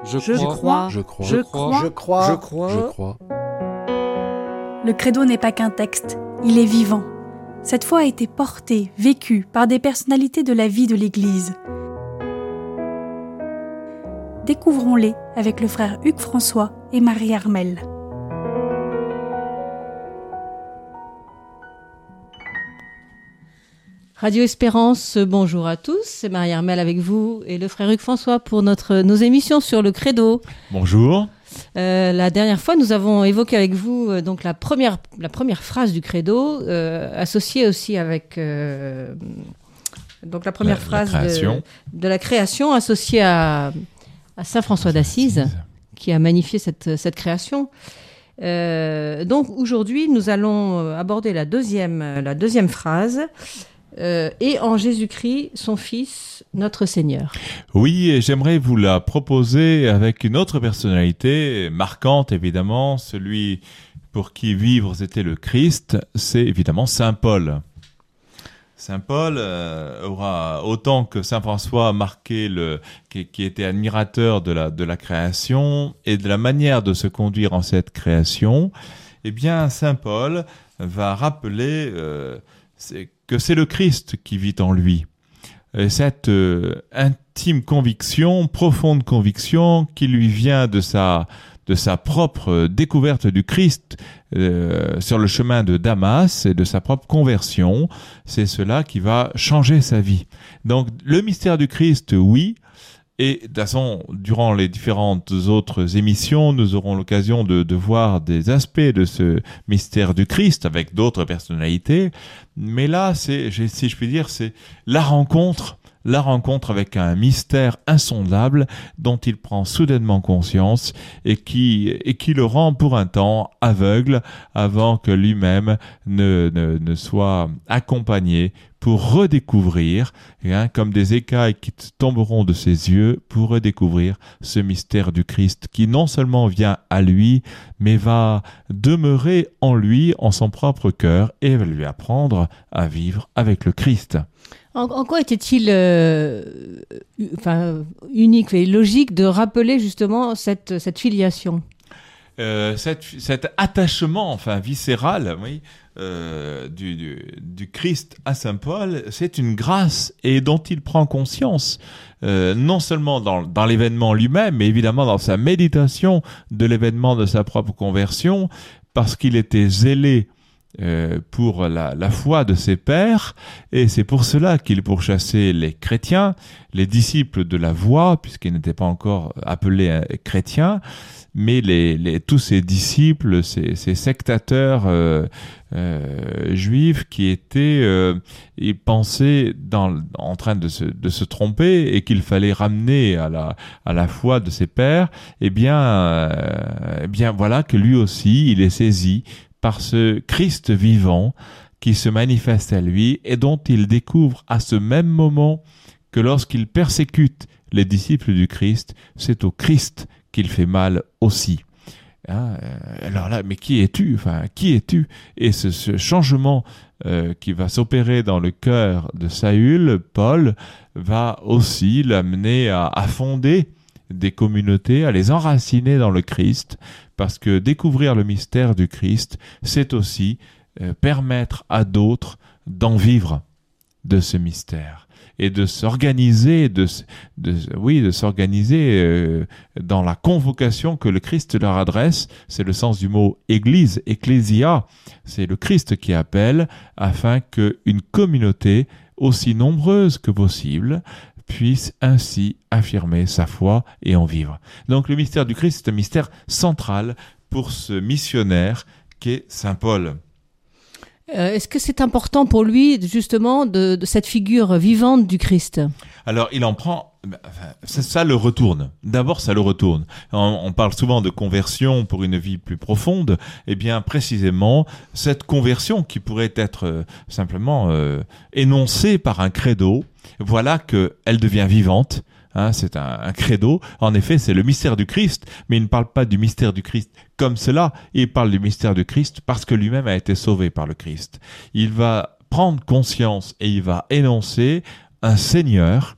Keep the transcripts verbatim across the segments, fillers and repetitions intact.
Je, je crois, crois, je crois, je crois, je crois, je crois, je crois. Le credo n'est pas qu'un texte, il est vivant. Cette foi a été portée, vécue par des personnalités de la vie de l'Église. Découvrons-les avec le frère Hugues François et Marie Armelle. Radio Espérance, bonjour à tous, c'est Marie Armelle avec vous et le frère Hugues François pour notre, nos émissions sur le credo. Bonjour. Euh, la dernière fois, nous avons évoqué avec vous euh, donc la première, la première phrase du credo, euh, associée aussi avec euh, donc la première La- phrase la création. de, de la création, associée à, à Saint François d'Assise, qui a magnifié cette, cette création. Euh, donc aujourd'hui, nous allons aborder la deuxième, la deuxième phrase. Euh, et en Jésus-Christ, son Fils, notre Seigneur. Oui, et j'aimerais vous la proposer avec une autre personnalité marquante, évidemment, celui pour qui vivre c'était le Christ, c'est évidemment Saint Paul. Saint Paul euh, aura autant que Saint François marqué le, qui, qui était admirateur de la de la création et de la manière de se conduire en cette création. Eh bien, Saint Paul va rappeler euh, c'est, que c'est le Christ qui vit en lui. Et cette euh, intime conviction, profonde conviction, qui lui vient de sa de sa propre découverte du Christ euh, sur le chemin de Damas et de sa propre conversion, c'est cela qui va changer sa vie. Donc le mystère du Christ, oui. Et de toute façon, durant les différentes autres émissions, nous aurons l'occasion de, de voir des aspects de ce mystère du Christ avec d'autres personnalités. Mais là, c'est, si je puis dire, c'est la rencontre, la rencontre avec un mystère insondable dont il prend soudainement conscience et qui, et qui le rend pour un temps aveugle avant que lui-même ne, ne, ne soit accompagné pour redécouvrir, hein, comme des écailles qui tomberont de ses yeux, pour redécouvrir ce mystère du Christ qui non seulement vient à lui, mais va demeurer en lui, en son propre cœur, et va lui apprendre à vivre avec le Christ. En, en quoi était-il euh, enfin, unique et logique de rappeler justement cette, cette filiation ? Euh, cette, cet attachement, enfin viscéral, oui, euh, du, du, du Christ à Saint Paul, c'est une grâce et dont il prend conscience, euh, non seulement dans, dans l'événement lui-même, mais évidemment dans sa méditation de l'événement de sa propre conversion, parce qu'il était zélé Euh, pour la, la foi de ses pères, et c'est pour cela qu'il pourchassait les chrétiens, les disciples de la voie, puisqu'ils n'étaient pas encore appelés euh, chrétiens, mais les, les, tous ces disciples, ces, ces sectateurs euh, euh, juifs qui étaient, euh, ils pensaient dans, en train de se, de se tromper et qu'il fallait ramener à la, à la foi de ses pères, eh bien, euh, eh bien voilà que lui aussi, il est saisi par ce Christ vivant qui se manifeste à lui et dont il découvre à ce même moment que lorsqu'il persécute les disciples du Christ, c'est au Christ qu'il fait mal aussi. Hein, alors là, mais qui es-tu ? Enfin, qui es-tu ? Et ce, ce changement euh, qui va s'opérer dans le cœur de Saül, Paul, va aussi l'amener à, à fonder des communautés, à les enraciner dans le Christ, parce que découvrir le mystère du Christ, c'est aussi euh, permettre à d'autres d'en vivre de ce mystère et de s'organiser, de, de oui, de s'organiser euh, dans la convocation que le Christ leur adresse. C'est le sens du mot Église, ecclésia. C'est le Christ qui appelle afin qu'une communauté aussi nombreuse que possible puisse ainsi affirmer sa foi et en vivre. Donc le mystère du Christ, c'est un mystère central pour ce missionnaire qu'est Saint Paul. Euh, est-ce que c'est important pour lui, justement, de, de cette figure vivante du Christ ? Alors, il en prend... Enfin, ça, ça le retourne. D'abord, ça le retourne. On, on parle souvent de conversion pour une vie plus profonde. Eh bien, précisément, cette conversion qui pourrait être euh, simplement euh, énoncée par un credo, voilà qu'elle devient vivante. Hein, c'est un, un credo. En effet, c'est le mystère du Christ, mais il ne parle pas du mystère du Christ comme cela. Il parle du mystère du Christ parce que lui-même a été sauvé par le Christ. Il va prendre conscience et il va énoncer un Seigneur,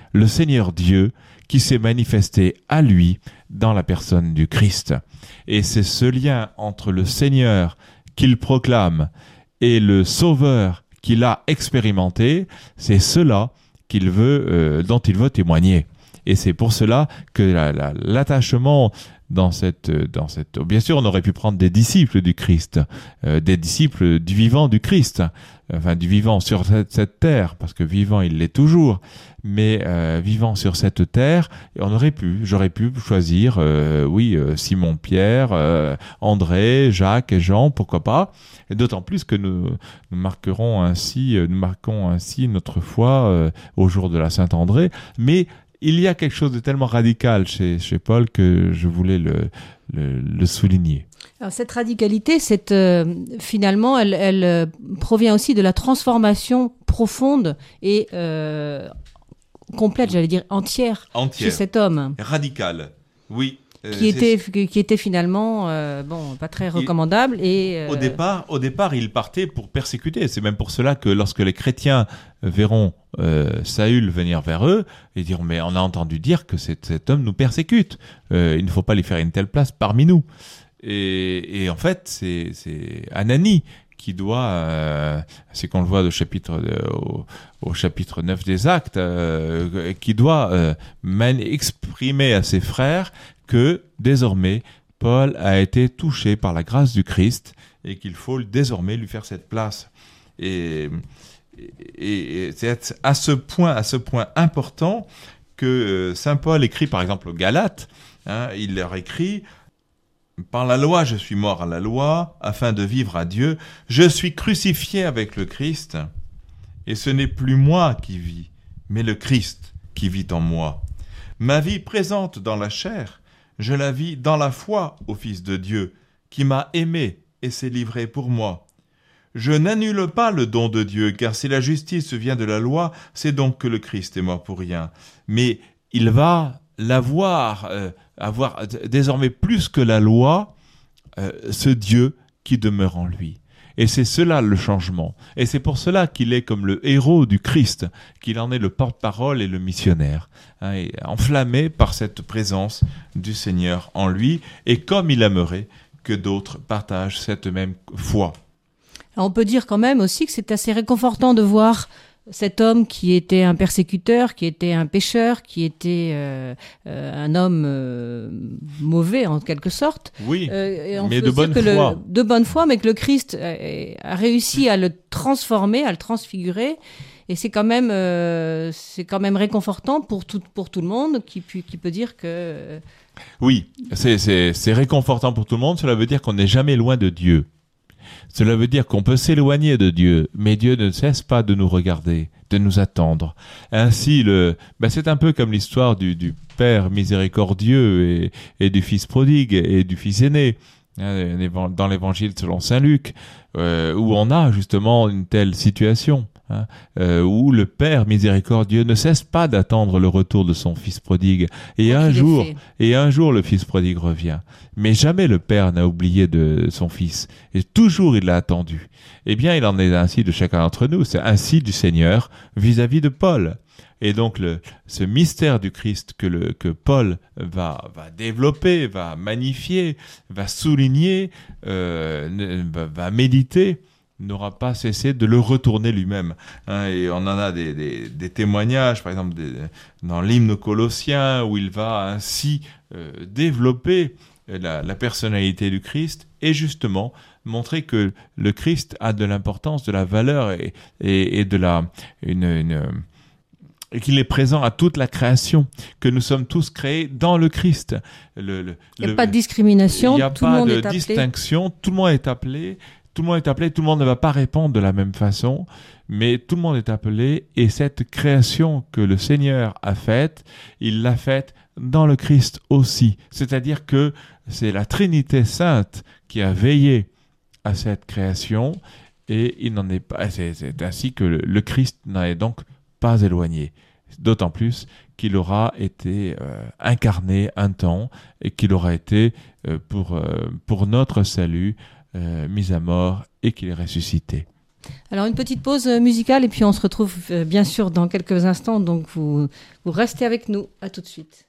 le Seigneur Dieu qui s'est manifesté à lui dans la personne du Christ. Et c'est ce lien entre le Seigneur qu'il proclame et le Sauveur qu'il a expérimenté, c'est cela qu'il veut, euh, dont il veut témoigner. Et c'est pour cela que la, la, l'attachement dans cette, dans cette, bien sûr, on aurait pu prendre des disciples du Christ, euh, des disciples du vivant du Christ, enfin du vivant sur cette, cette terre, parce que vivant il l'est toujours, mais euh, vivant sur cette terre, on aurait pu, j'aurais pu choisir, euh, oui, euh, Simon Pierre, euh, André, Jacques et Jean, pourquoi pas, et d'autant plus que nous, nous marquerons ainsi, nous marquons ainsi notre foi euh, au jour de la Saint-André, mais il y a quelque chose de tellement radical chez, chez Paul que je voulais le, le, le souligner. Alors cette radicalité, cette, euh, finalement, elle, elle euh, provient aussi de la transformation profonde et euh, complète, j'allais dire entière, entière, chez cet homme. Radicale, oui. Euh, qui, était, qui était finalement euh, bon, pas très recommandable. Et, euh... au, départ, au départ, il partait pour persécuter. C'est même pour cela que lorsque les chrétiens verront euh, Saül venir vers eux, ils diront « Mais on a entendu dire que cet, cet homme nous persécute. Euh, il ne faut pas lui faire une telle place parmi nous. » Et, et en fait, c'est, c'est Ananie qui doit, euh, c'est qu'on le voit au chapitre, de, au, au chapitre neuf des Actes, euh, qui doit euh, man- exprimer à ses frères que désormais Paul a été touché par la grâce du Christ et qu'il faut désormais lui faire cette place. Et, et, et c'est à ce point, à ce point important que saint Paul écrit par exemple aux Galates, hein, il leur écrit: par la loi, je suis mort à la loi, afin de vivre à Dieu. Je suis crucifié avec le Christ, et ce n'est plus moi qui vis, mais le Christ qui vit en moi. Ma vie présente dans la chair, je la vis dans la foi au Fils de Dieu, qui m'a aimé et s'est livré pour moi. Je n'annule pas le don de Dieu, car si la justice vient de la loi, c'est donc que le Christ est mort pour rien. Mais il va l'avoir, euh, avoir désormais plus que la loi, euh, ce Dieu qui demeure en lui. Et c'est cela le changement. Et c'est pour cela qu'il est comme le héros du Christ, qu'il en est le porte-parole et le missionnaire, hein, et enflammé par cette présence du Seigneur en lui, et comme il aimerait que d'autres partagent cette même foi. Alors on peut dire quand même aussi que c'est assez réconfortant de voir cet homme qui était un persécuteur, qui était un pécheur, qui était euh, euh, un homme euh, mauvais en quelque sorte. Oui, euh, et on mais peut de dire bonne que foi. Le, de bonne foi, mais que le Christ a, a réussi à le transformer, à le transfigurer. Et c'est quand même, euh, c'est quand même réconfortant pour tout, pour tout le monde qui, qui peut dire que... Oui, c'est, c'est, c'est réconfortant pour tout le monde. Cela veut dire qu'on n'est jamais loin de Dieu. Cela veut dire qu'on peut s'éloigner de Dieu, mais Dieu ne cesse pas de nous regarder, de nous attendre. Ainsi, le, ben c'est un peu comme l'histoire du, du Père miséricordieux et, et du Fils prodigue et du Fils aîné, hein, dans l'Évangile selon saint Luc, euh, où on a justement une telle situation. Hein, euh, où le Père miséricordieux ne cesse pas d'attendre le retour de son fils prodigue. Et un jour, et un jour, le fils prodigue revient. Mais jamais le Père n'a oublié de son fils. Et toujours il l'a attendu. Eh bien, il en est ainsi de chacun d'entre nous. C'est ainsi du Seigneur vis-à-vis de Paul. Et donc, le, ce mystère du Christ que, le, que Paul va, va développer, va magnifier, va souligner, euh, va, va méditer, n'aura pas cessé de le retourner lui-même. Hein, et on en a des, des, des témoignages, par exemple des, dans l'hymne Colossiens, où il va ainsi euh, développer la, la personnalité du Christ et justement montrer que le Christ a de l'importance, de la valeur et, et, et de la une, une et qu'il est présent à toute la création, que nous sommes tous créés dans le Christ. Le, le, il n'y a le, pas de discrimination, il n'y a tout pas le monde de est appelé. distinction, tout le monde est appelé. Tout le monde est appelé, tout le monde ne va pas répondre de la même façon, mais tout le monde est appelé, et cette création que le Seigneur a faite, il l'a faite dans le Christ aussi. C'est-à-dire que c'est la Trinité sainte qui a veillé à cette création, et il n'en est pas. C'est, c'est ainsi que le, le Christ n'en est donc pas éloigné. D'autant plus qu'il aura été euh, incarné un temps, et qu'il aura été euh, pour, euh, pour notre salut, Euh, mis à mort et qu'il est ressuscité. Alors une petite pause musicale et puis on se retrouve euh, bien sûr dans quelques instants, donc vous, vous restez avec nous. À tout de suite.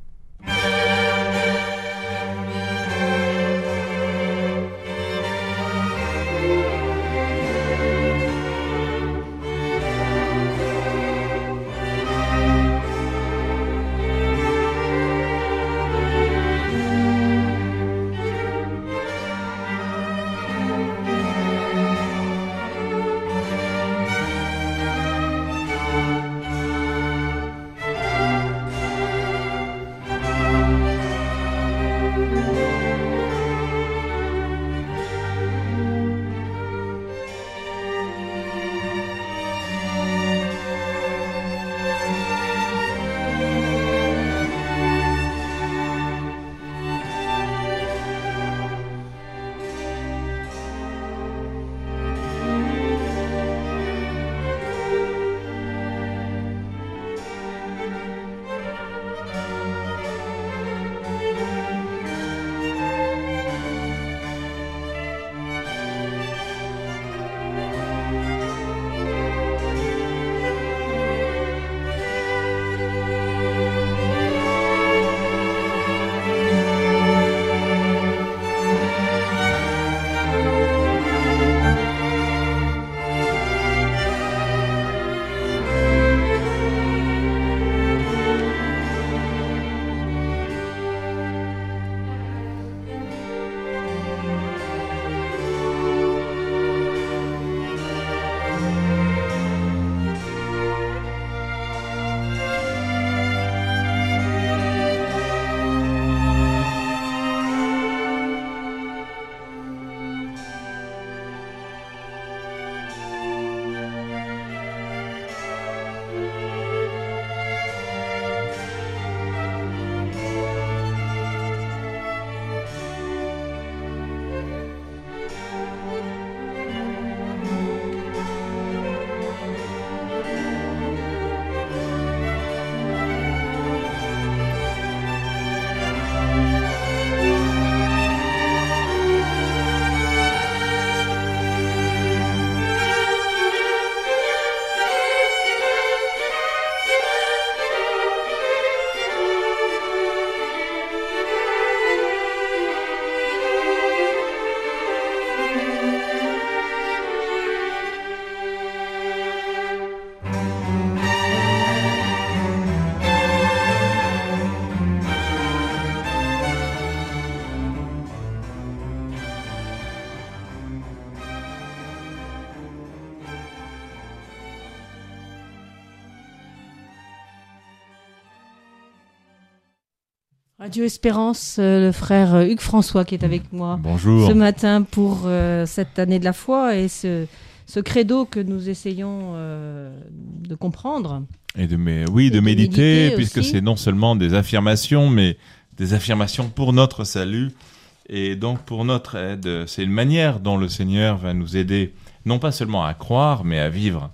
Radio Espérance, euh, le frère Hugues François qui est avec moi Bonjour. Ce matin pour euh, cette année de la foi et ce, ce credo que nous essayons euh, de comprendre. Et de, mais, oui, de, de méditer, méditer puisque aussi. C'est non seulement des affirmations, mais des affirmations pour notre salut et donc pour notre aide. C'est une manière dont le Seigneur va nous aider, non pas seulement à croire, mais à vivre.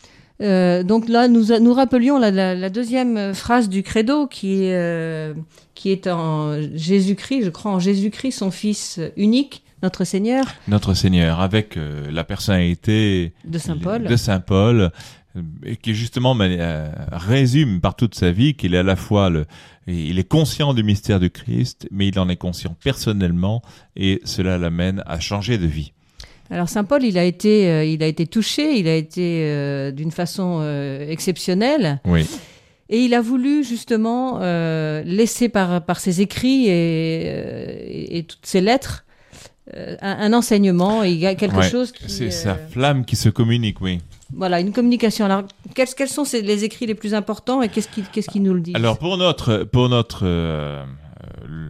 Euh, donc là, nous, nous rappelions la, la, la deuxième phrase du credo qui est, euh, qui est en Jésus-Christ, je crois en Jésus-Christ, son Fils unique, notre Seigneur. Notre Seigneur, avec euh, la personnalité de Saint Paul, de Saint Paul euh, qui justement euh, résume par toute sa vie qu'il est à la fois le, il est conscient du mystère du Christ, mais il en est conscient personnellement et cela l'amène à changer de vie. Alors Saint Paul, il a été, euh, il a été touché, il a été euh, d'une façon euh, exceptionnelle. Oui. Et il a voulu justement euh, laisser par, par ses écrits et, euh, et, et toutes ses lettres euh, un, un enseignement, il y a quelque ouais. chose qui... C'est euh, sa flamme qui se communique, oui. Voilà, une communication. Alors, quels, quels sont ces, les écrits les plus importants et qu'est-ce qui, qu'est-ce qui nous le dit ? Alors pour notre, pour notre euh, euh,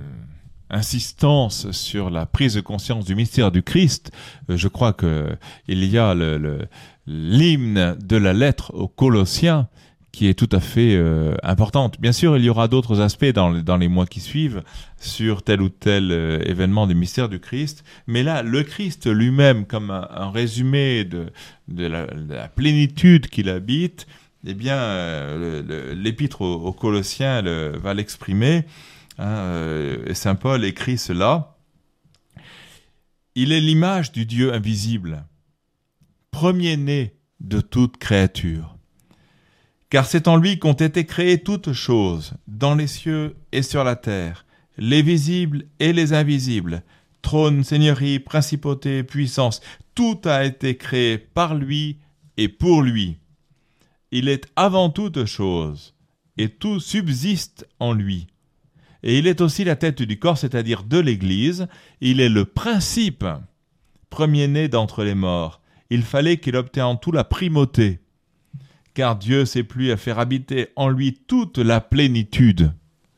insistance sur la prise de conscience du mystère du Christ, euh, je crois que il y a le, le, l'hymne de la lettre aux Colossiens qui est tout à fait euh, importante. Bien sûr, il y aura d'autres aspects dans, dans les mois qui suivent sur tel ou tel euh, événement du mystère du Christ, mais là, le Christ lui-même, comme un, un résumé de, de, la, de la plénitude qu'il habite, eh bien, euh, le, le, l'épître aux, aux Colossiens le, va l'exprimer. Hein, euh, Saint Paul écrit cela. Il est l'image du Dieu invisible, premier-né de toute créature. Car c'est en lui qu'ont été créées toutes choses, dans les cieux et sur la terre, les visibles et les invisibles, trône, seigneurie, principauté, puissance, tout a été créé par lui et pour lui. Il est avant toute chose, et tout subsiste en lui. Et il est aussi la tête du corps, c'est-à-dire de l'Église. Il est le principe, premier-né d'entre les morts. Il fallait qu'il obtienne en tout la primauté, car Dieu s'est plu à faire habiter en lui toute la plénitude,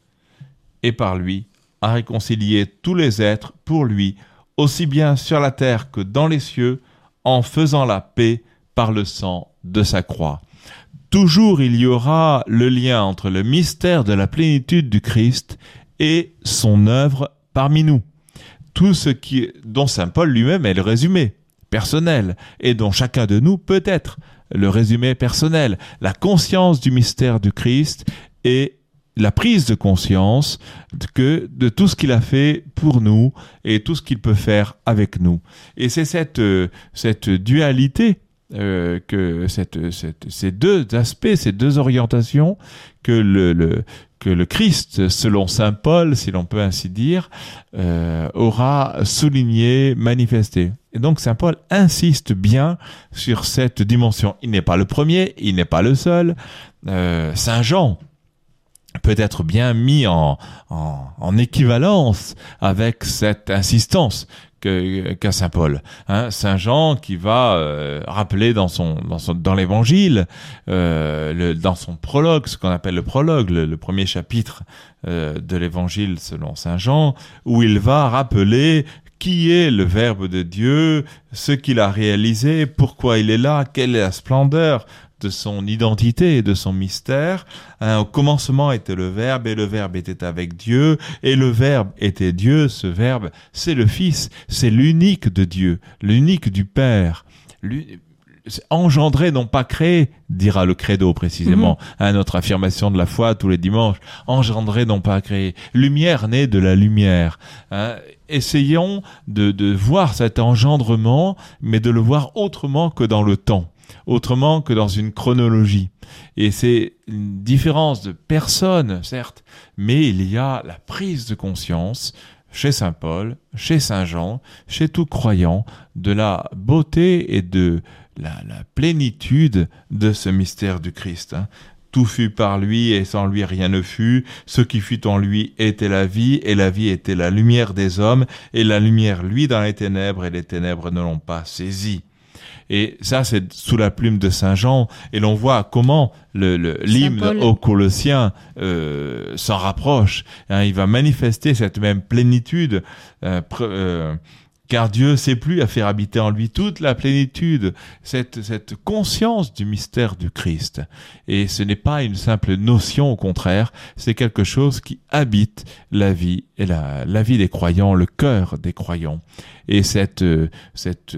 et par lui à réconcilier tous les êtres pour lui, aussi bien sur la terre que dans les cieux, en faisant la paix par le sang de sa croix. Toujours il y aura le lien entre le mystère de la plénitude du Christ et son œuvre parmi nous. Tout ce qui, dont saint Paul lui-même est le résumé personnel et dont chacun de nous peut être le résumé personnel. La conscience du mystère du Christ et la prise de conscience que de tout ce qu'il a fait pour nous et tout ce qu'il peut faire avec nous. Et c'est cette, euh, cette dualité, euh, que cette, cette, ces deux aspects, ces deux orientations que le, le, que le Christ, selon saint Paul, si l'on peut ainsi dire, euh, aura souligné, manifesté. Et donc saint Paul insiste bien sur cette dimension. Il n'est pas le premier, il n'est pas le seul. Euh, saint Jean peut être bien mis en, en, en équivalence avec cette insistance que, qu'a saint Paul. Hein, saint Jean qui va euh, rappeler dans son, dans son, dans l'évangile, euh, le, dans son prologue, ce qu'on appelle le prologue, le, le premier chapitre euh, de l'évangile selon saint Jean, où il va rappeler qui est le Verbe de Dieu, ce qu'il a réalisé, pourquoi il est là, quelle est la splendeur de son identité et de son mystère. Hein, au commencement était le Verbe, et le Verbe était avec Dieu, et le Verbe était Dieu. Ce Verbe, c'est le Fils, c'est l'unique de Dieu, l'unique du Père. L'unique engendré, non pas créé, dira le credo précisément, mmh. hein, notre affirmation de la foi tous les dimanches, engendré, non pas créé, lumière née de la lumière. Hein. Essayons de, de voir cet engendrement, mais de le voir autrement que dans le temps, autrement que dans une chronologie. Et c'est une différence de personne, certes, mais il y a la prise de conscience chez saint Paul, chez saint Jean, chez tout croyant, de la beauté et de la, la plénitude de ce mystère du Christ. Hein. Tout fut par lui et sans lui rien ne fut. Ce qui fut en lui était la vie et la vie était la lumière des hommes et la lumière luit dans les ténèbres et les ténèbres ne l'ont pas saisie. Et ça, c'est sous la plume de saint Jean. Et l'on voit comment le, le, l'hymne aux Colossiens euh, s'en rapproche. Hein, il va manifester cette même plénitude, euh, pre, euh, car Dieu s'est plu à faire habiter en lui toute la plénitude, cette, cette conscience du mystère du Christ. Et ce n'est pas une simple notion, au contraire, c'est quelque chose qui habite la vie, et la, la vie des croyants, le cœur des croyants. Et cette, cette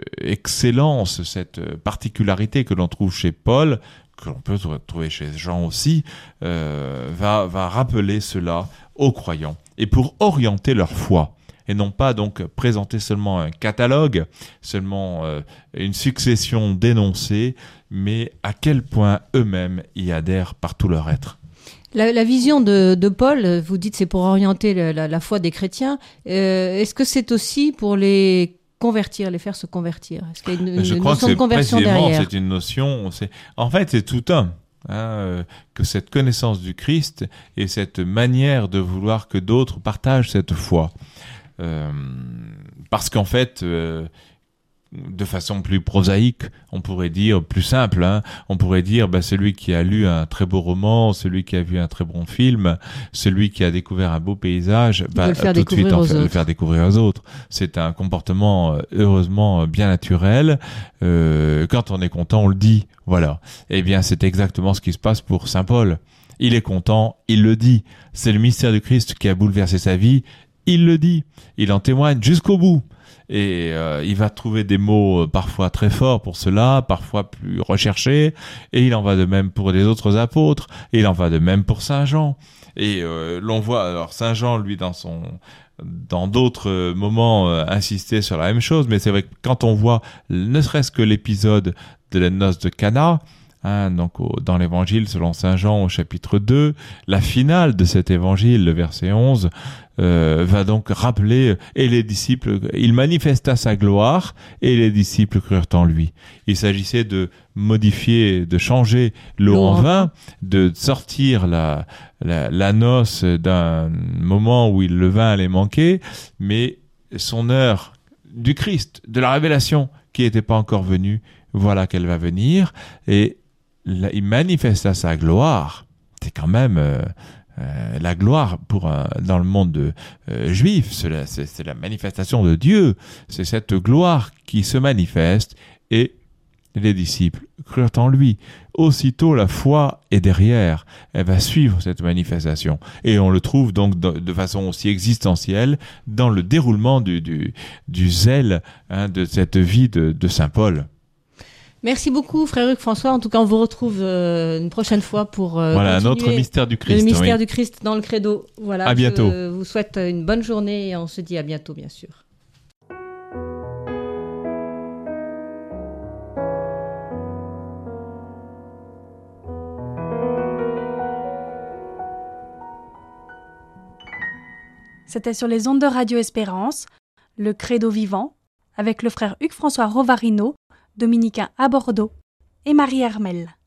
excellence, cette particularité que l'on trouve chez Paul, que l'on peut trouver chez Jean aussi, euh, va, va rappeler cela aux croyants. Et pour orienter leur foi, et non pas donc présenter seulement un catalogue, seulement euh, une succession d'énoncés, mais à quel point eux-mêmes y adhèrent par tout leur être. La, la vision de, de Paul, vous dites c'est pour orienter la, la, la foi des chrétiens. Euh, est-ce que c'est aussi pour les convertir, les faire se convertir? Est-ce qu'il y a une, Je une crois notion que de conversion précisément, derrière? c'est une notion. C'est, en fait, c'est tout un. Hein, euh, que cette connaissance du Christ et cette manière de vouloir que d'autres partagent cette foi. Euh, parce qu'en fait, euh, de façon plus prosaïque, on pourrait dire, plus simple, hein, on pourrait dire, bah, celui qui a lu un très beau roman, celui qui a vu un très bon film, celui qui a découvert un beau paysage, bah, le faire tout de suite en fait, le faire découvrir aux autres. C'est un comportement, euh, heureusement, bien naturel. Euh, quand on est content, on le dit. Voilà. Eh bien, c'est exactement ce qui se passe pour saint Paul. Il est content, il le dit. C'est le mystère du Christ qui a bouleversé sa vie. Il le dit, il en témoigne jusqu'au bout. Et euh, il va trouver des mots euh, parfois très forts pour cela, parfois plus recherchés. Et il en va de même pour les autres apôtres. Et il en va de même pour saint Jean. Et euh, l'on voit, alors Saint Jean, lui, dans son... dans d'autres moments, euh, insister sur la même chose, mais c'est vrai que quand on voit, ne serait-ce que l'épisode de la noce de Cana, hein, donc au, dans l'évangile selon Saint Jean au chapitre deux, la finale de cet évangile, le verset onze, euh, va donc rappeler, et les disciples, il manifesta sa gloire, et les disciples crurent en lui. Il s'agissait de modifier, de changer l'eau L'eau en en vin, de sortir la, la, la noce d'un moment où il, le vin allait manquer, mais son heure du Christ, de la révélation qui n'était pas encore venue, voilà qu'elle va venir, et là, il manifesta sa gloire. C'est quand même euh, euh, la gloire pour un, dans le monde de, euh, juif. C'est la, c'est, c'est la manifestation de Dieu. C'est cette gloire qui se manifeste et les disciples crurent en lui. Aussitôt, la foi est derrière. Elle va suivre cette manifestation. Et on le trouve donc de, de façon aussi existentielle dans le déroulement du, du, du zèle, hein, de cette vie de, de Saint Paul. Merci beaucoup, frère Hugues François. En tout cas, on vous retrouve euh, une prochaine fois pour euh, voilà un autre continuer mystère du Christ. le mystère oui. du Christ dans le Credo. Voilà. À bientôt. Je vous souhaite une bonne journée et on se dit à bientôt, bien sûr. C'était sur les ondes de Radio Espérance, le Credo vivant, avec le frère Hugues François Rovarino, dominicain à Bordeaux, et Marie Hermel.